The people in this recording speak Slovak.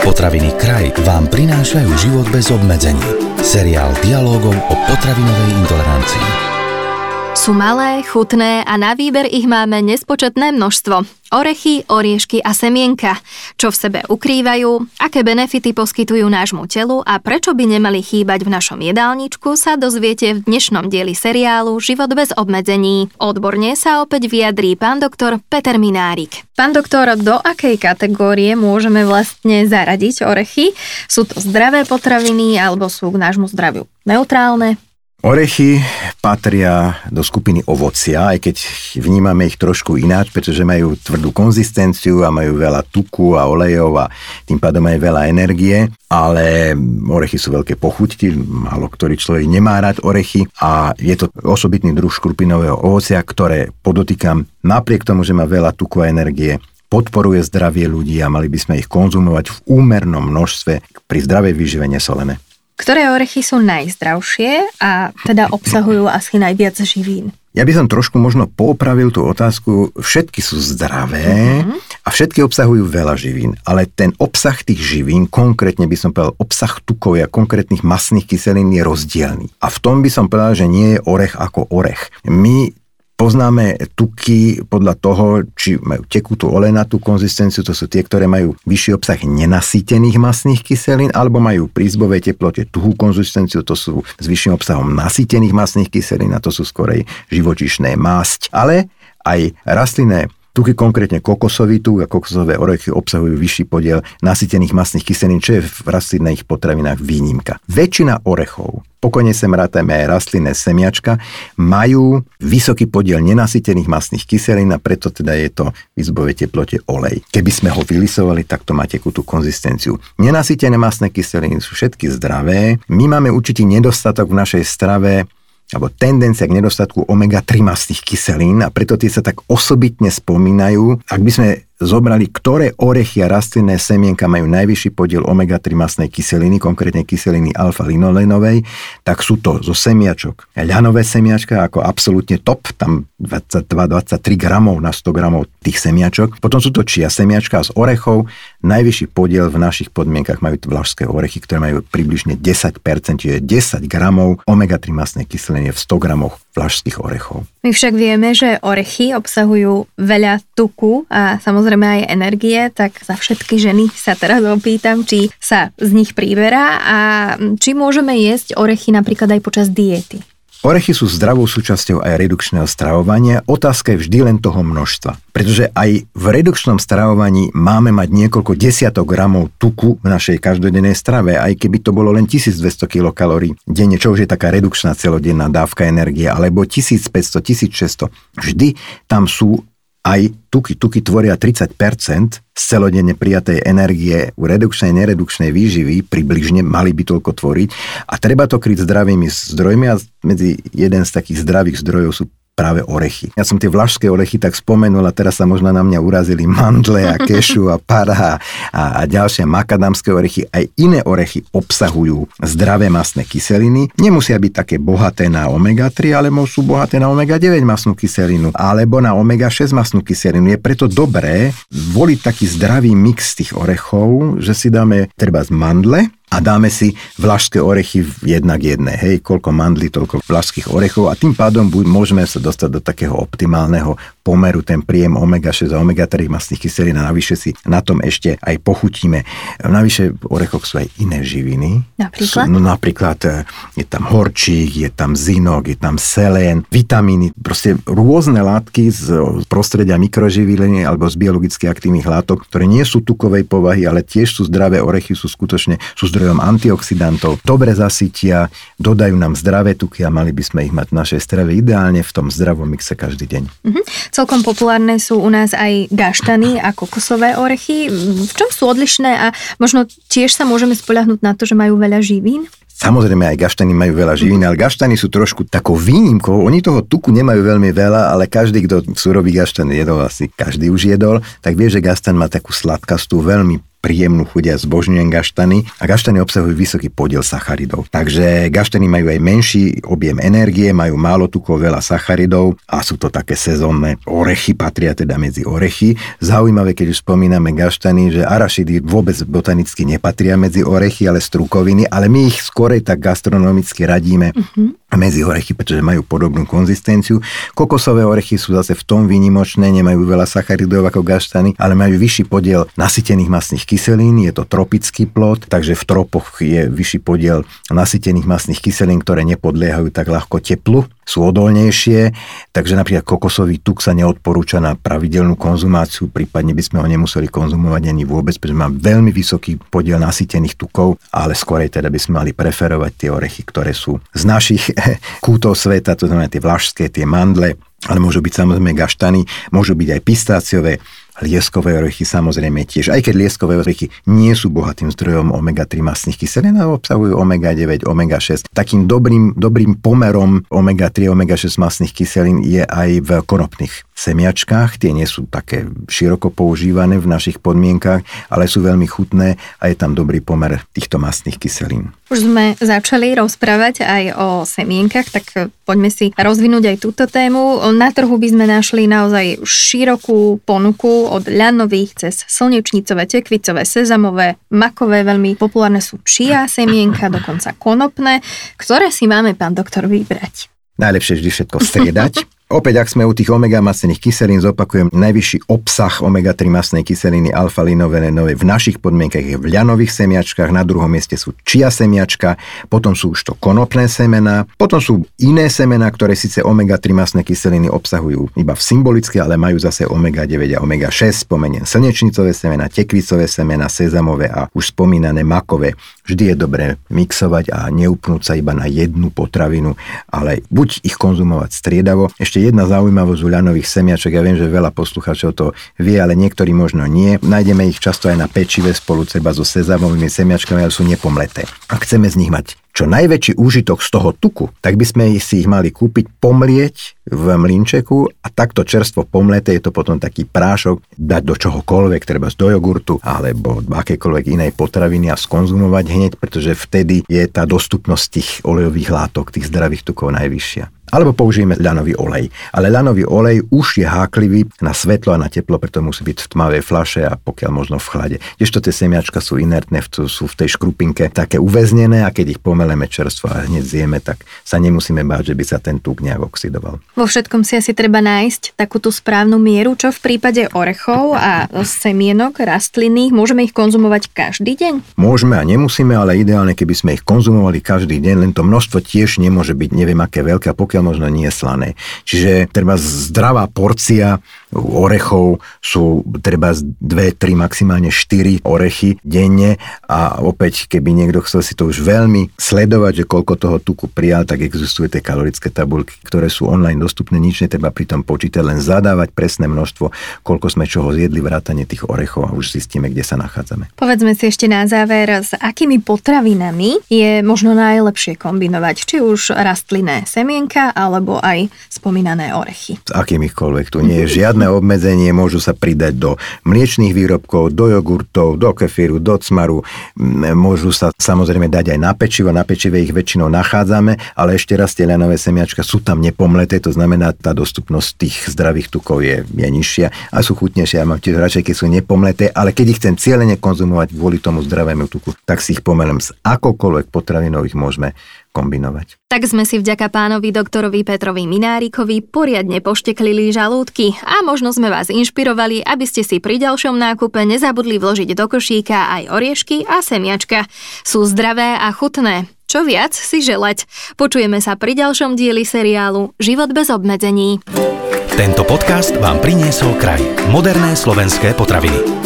Potraviny Kraj vám prinášajú život bez obmedzení. Seriál dialógov o potravinovej intolerancii. Sú malé, chutné a na výber ich máme nespočetné množstvo. Orechy, oriešky a semienka. Čo v sebe ukrývajú, aké benefity poskytujú nášmu telu a prečo by nemali chýbať v našom jedálničku, sa dozviete v dnešnom dieli seriálu Život bez obmedzení. Odborne sa opäť vyjadrí pán doktor Peter Minárik. Pán doktor, do akej kategórie môžeme vlastne zaradiť orechy? Sú to zdravé potraviny alebo sú k nášmu zdraviu neutrálne? Orechy patria do skupiny ovocia, aj keď vnímame ich trošku ináč, pretože majú tvrdú konzistenciu a majú veľa tuku a olejov a tým pádom aj veľa energie, ale orechy sú veľké pochutky, málo ktorý človek nemá rád orechy a je to osobitný druh škrupinového ovocia, ktoré podotýkam napriek tomu, že má veľa tuku a energie, podporuje zdravie ľudí a mali by sme ich konzumovať v úmernom množstve pri zdravej výžive nesolené. Ktoré orechy sú najzdravšie a teda obsahujú asi najviac živín? Ja by som trošku možno poopravil tú otázku. Všetky sú zdravé a všetky obsahujú veľa živín, ale ten obsah tých živín, konkrétne by som povedal obsah tukov a konkrétnych mastných kyselín je rozdielny. A v tom by som povedal, že nie je orech ako orech. My poznáme tuky podľa toho, či majú tekutú olejnatú konzistenciu, to sú tie, ktoré majú vyšší obsah nenasýtených mastných kyselín, alebo majú pri izbovej teplote tuhú konzistenciu, to sú s vyšším obsahom nasýtených mastných kyselín a to sú skorej živočíšne masť. Ale aj rastlinné tuky, konkrétne kokosový tuk a kokosové orechy obsahujú vyšší podiel nasýtených mastných kyselín, čo je v rastlinných potravinách výnimka. Väčšina orechov, pokojne sem rátame aj rastlinné semiačka, majú vysoký podiel nenasýtených mastných kyselín a preto teda je to v izbovej teplote olej. Keby sme ho vylisovali, tak to má tekutú konzistenciu. Nenasýtené mastné kyseliny sú všetky zdravé. My máme určitý nedostatok v našej strave alebo tendencia k nedostatku omega-3 mastných kyselín a preto tie sa tak osobitne spomínajú. Ak by sme zobrali, ktoré orechy a rastlinné semienka majú najvyšší podiel omega-3 mastnej kyseliny, konkrétne kyseliny alfa-linolénovej, tak sú to zo semiačok. Ľanové semiačka ako absolútne top, tam 22-23 gramov na 100 gramov tých semiačok. Potom sú to chia semiačka z orechov. Najvyšší podiel v našich podmienkach majú vlašské orechy, ktoré majú približne 10%, čiže 10 gramov omega-3 mastnej kyseliny v 100 gramoch vlašských orechov. My však vieme, že orechy obsahujú veľa tuku a samozrejme aj energie, tak za všetky ženy sa teraz opýtam, či sa z nich príberá a či môžeme jesť orechy napríklad aj počas diéty. Orechy sú zdravou súčasťou aj redukčného stravovania. Otázka je vždy len toho množstva. Pretože aj v redukčnom stravovaní máme mať niekoľko desiatok gramov tuku v našej každodennej strave, aj keby to bolo len 1200 kilokalórií denne, čo už je taká redukčná celodenná dávka energie, alebo 1500, 1600. Vždy tam sú aj tuky. Tuky tvoria 30% z celodenne prijatej energie u redukčnej, neredukčnej výživy, približne mali by toľko tvoriť a treba to kryť zdravými zdrojmi a medzi jeden z takých zdravých zdrojov sú práve orechy. Ja som tie vlašské orechy tak spomenul a teraz sa možno na mňa urazili mandle a kešu a para a ďalšie makadamské orechy. Aj iné orechy obsahujú zdravé mastné kyseliny. Nemusia byť také bohaté na omega-3, ale sú bohaté na omega-9 mastnú kyselinu alebo na omega-6 mastnú kyselinu. Je preto dobré voliť taký zdravý mix tých orechov, že si dáme treba z mandle a dáme si vlašské orechy jedna k jednej. Hej, koľko mandlí, toľko vlašských orechov a tým pádom môžeme sa dostať do takého optimálneho pomeru, ten príjem omega-6 a omega-3 mastných kyselín a navyše si na tom ešte aj pochutíme. Navyše v orechoch sú aj iné živiny. Napríklad? Napríklad je tam horčík, je tam zinok, je tam selén, vitamíny, proste rôzne látky z prostredia mikroživín alebo z biologicky aktívnych látok, ktoré nie sú tukovej povahy, ale tiež sú zdravé. Orechy sú skutočne zdrojom antioxidantov, dobre zasytia, dodajú nám zdravé tuky a mali by sme ich mať v našej strave ideálne v tom zdravom mixe každý deň. Celkom populárne sú u nás aj gaštany a kokosové orechy. V čom sú odlišné a možno tiež sa môžeme spoľahnúť na to, že majú veľa živín? Samozrejme aj gaštany majú veľa živín, ale gaštany sú trošku takou výnimkou. Oni toho tuku nemajú veľmi veľa, ale každý, kto surový gaštan jedol, asi každý už jedol, tak vie, že gaštan má takú sladkastú, veľmi príjemnú chuť a zbožňujem gaštany. A gaštany obsahujú vysoký podiel sacharidov. Takže gaštany majú aj menší objem energie, majú málo tukov, veľa sacharidov a sú to také sezónne orechy, patria teda medzi orechy. Zaujímavé, keď už spomíname gaštany, že arašidy vôbec botanicky nepatria medzi orechy, ale strukoviny, ale my ich skorej tak gastronomicky radíme medzi orechy, pretože majú podobnú konzistenciu. Kokosové orechy sú zase v tom výnimočné, nemajú veľa sacharidov ako gaštany, ale majú vyšší podiel nasytených mastných kyselín, je to tropický plod, takže v tropoch je vyšší podiel nasytených mastných kyselín, ktoré nepodliehajú tak ľahko teplu, sú odolnejšie, takže napríklad kokosový tuk sa neodporúča na pravidelnú konzumáciu, prípadne by sme ho nemuseli konzumovať ani vôbec, pretože má veľmi vysoký podiel nasytených tukov, ale skorej teda by sme mali preferovať tie orechy, ktoré sú z našich kútov sveta, to znamená tie vlašské, tie mandle, ale môžu byť samozrejme gaštany, môžu byť aj pistáciové, lieskové orechy samozrejme tiež. Aj keď lieskové orechy nie sú bohatým zdrojom omega-3 mastných kyselín, ale obsahujú omega-9, omega-6. Takým dobrým pomerom omega-3 a omega-6 mastných kyselín je aj v konopných semiačkách. Tie nie sú také široko používané v našich podmienkach, ale sú veľmi chutné a je tam dobrý pomer týchto mastných kyselín. Už sme začali rozprávať aj o semienkach, tak poďme si rozvinúť aj túto tému. Na trhu by sme našli naozaj širokú ponuku od ľanových cez slnečnicové, tekvicové, sezamové, makové, veľmi populárne sú čia semienka, dokonca konopné. Ktoré si máme, pán doktor, vybrať? Najlepšie vždy všetko striedať. Opäť, ak sme u tých omega mastných kyselín, zopakujem, najvyšší obsah omega-3 mastnej kyseliny alfa-linovenové v našich podmienkach je v ľanových semiačkách, na druhom mieste sú čia semiačka, potom sú už to konopné semená, potom sú iné semená, ktoré síce omega-3 mastné kyseliny obsahujú iba v symbolické, ale majú zase omega-9 a omega-6, spomeniem slnečnicové semená, tekvicové semená, sezamové a už spomínané makové. Vždy je dobré mixovať a neupnúť sa iba na jednu potravinu, ale buď ich konzumovať striedavo. Ešte jedna zaujímavosť u ľanových semiačok, ja viem, že veľa poslucháčov to vie, ale niektorí možno nie. Nájdeme ich často aj na pečive spolu treba so sezamovými semiačkami, ale sú nepomleté. Ak chceme z nich mať čo najväčší úžitok z toho tuku, tak by sme si ich mali kúpiť, pomlieť v mlynčeku a takto čerstvo pomleté, je to potom taký prášok, dať do čohokoľvek, treba do jogurtu alebo do akékoľvek inej potraviny a skonzumovať hneď, pretože vtedy je tá dostupnosť tých olejových látok, tých zdravých tukov najvyššia. Alebo použijeme ľanový olej. Ale ľanový olej už je háklivý na svetlo a na teplo, preto musí byť v tmavej fľaše a pokiaľ možno v chlade. Kdežto tie semiačka sú inertné, sú v tej škrupinke také uväznené a keď ich pomeleme čerstvo a hneď zjeme, tak sa nemusíme báť, že by sa ten tuk nejak oxidoval. Vo všetkom si asi treba nájsť takú tú správnu mieru, čo v prípade orechov a semienok rastlinných, môžeme ich konzumovať každý deň? Môžeme a nemusíme, ale ideálne, keby sme ich konzumovali každý deň, len to množstvo tiež nemôže byť neviem aké veľké, a pokiaľ možno nie slané. Čiže treba zdravá porcia orechov sú treba 2-3, maximálne 4 orechy denne a opäť, keby niekto chcel si to už veľmi sledovať, že koľko toho tuku prijal, tak existujú tie kalorické tabuľky, ktoré sú online dostupné, nič netreba pri tom počítať, len zadávať presné množstvo, koľko sme čoho zjedli, vrátane tých orechov a už zistíme, kde sa nachádzame. Povedzme si ešte na záver, s akými potravinami je možno najlepšie kombinovať, či už rastlinné semienka alebo aj spomínané orechy. S akýmikoľvek, tu nie je žiadne obmedzenie, môžu sa pridať do mliečnych výrobkov, do jogurtov, do kefíru, do cmaru, môžu sa samozrejme dať aj na pečivo, na pečive ich väčšinou nachádzame, ale ešte raz tie ľanové semiačka sú tam nepomleté, to znamená, tá dostupnosť tých zdravých tukov je nižšia a sú chutnejšie, ja mám tiež radšej, keď sú nepomleté, ale keď ich chcem cieľene konzumovať kvôli tomu zdravému tuku, tak si ich pomelem s akokoľvek potravinou ich môžeme kombinovať. Tak sme si vďaka pánovi doktorovi Petrovi Minárikovi poriadne pošteklili žalúdky a možno sme vás inšpirovali, aby ste si pri ďalšom nákupe nezabudli vložiť do košíka aj oriešky a semiačka. Sú zdravé a chutné. Čo viac si želať? Počujeme sa pri ďalšom dieli seriálu Život bez obmedzení. Tento podcast vám priniesol Kraj. Moderné slovenské potraviny.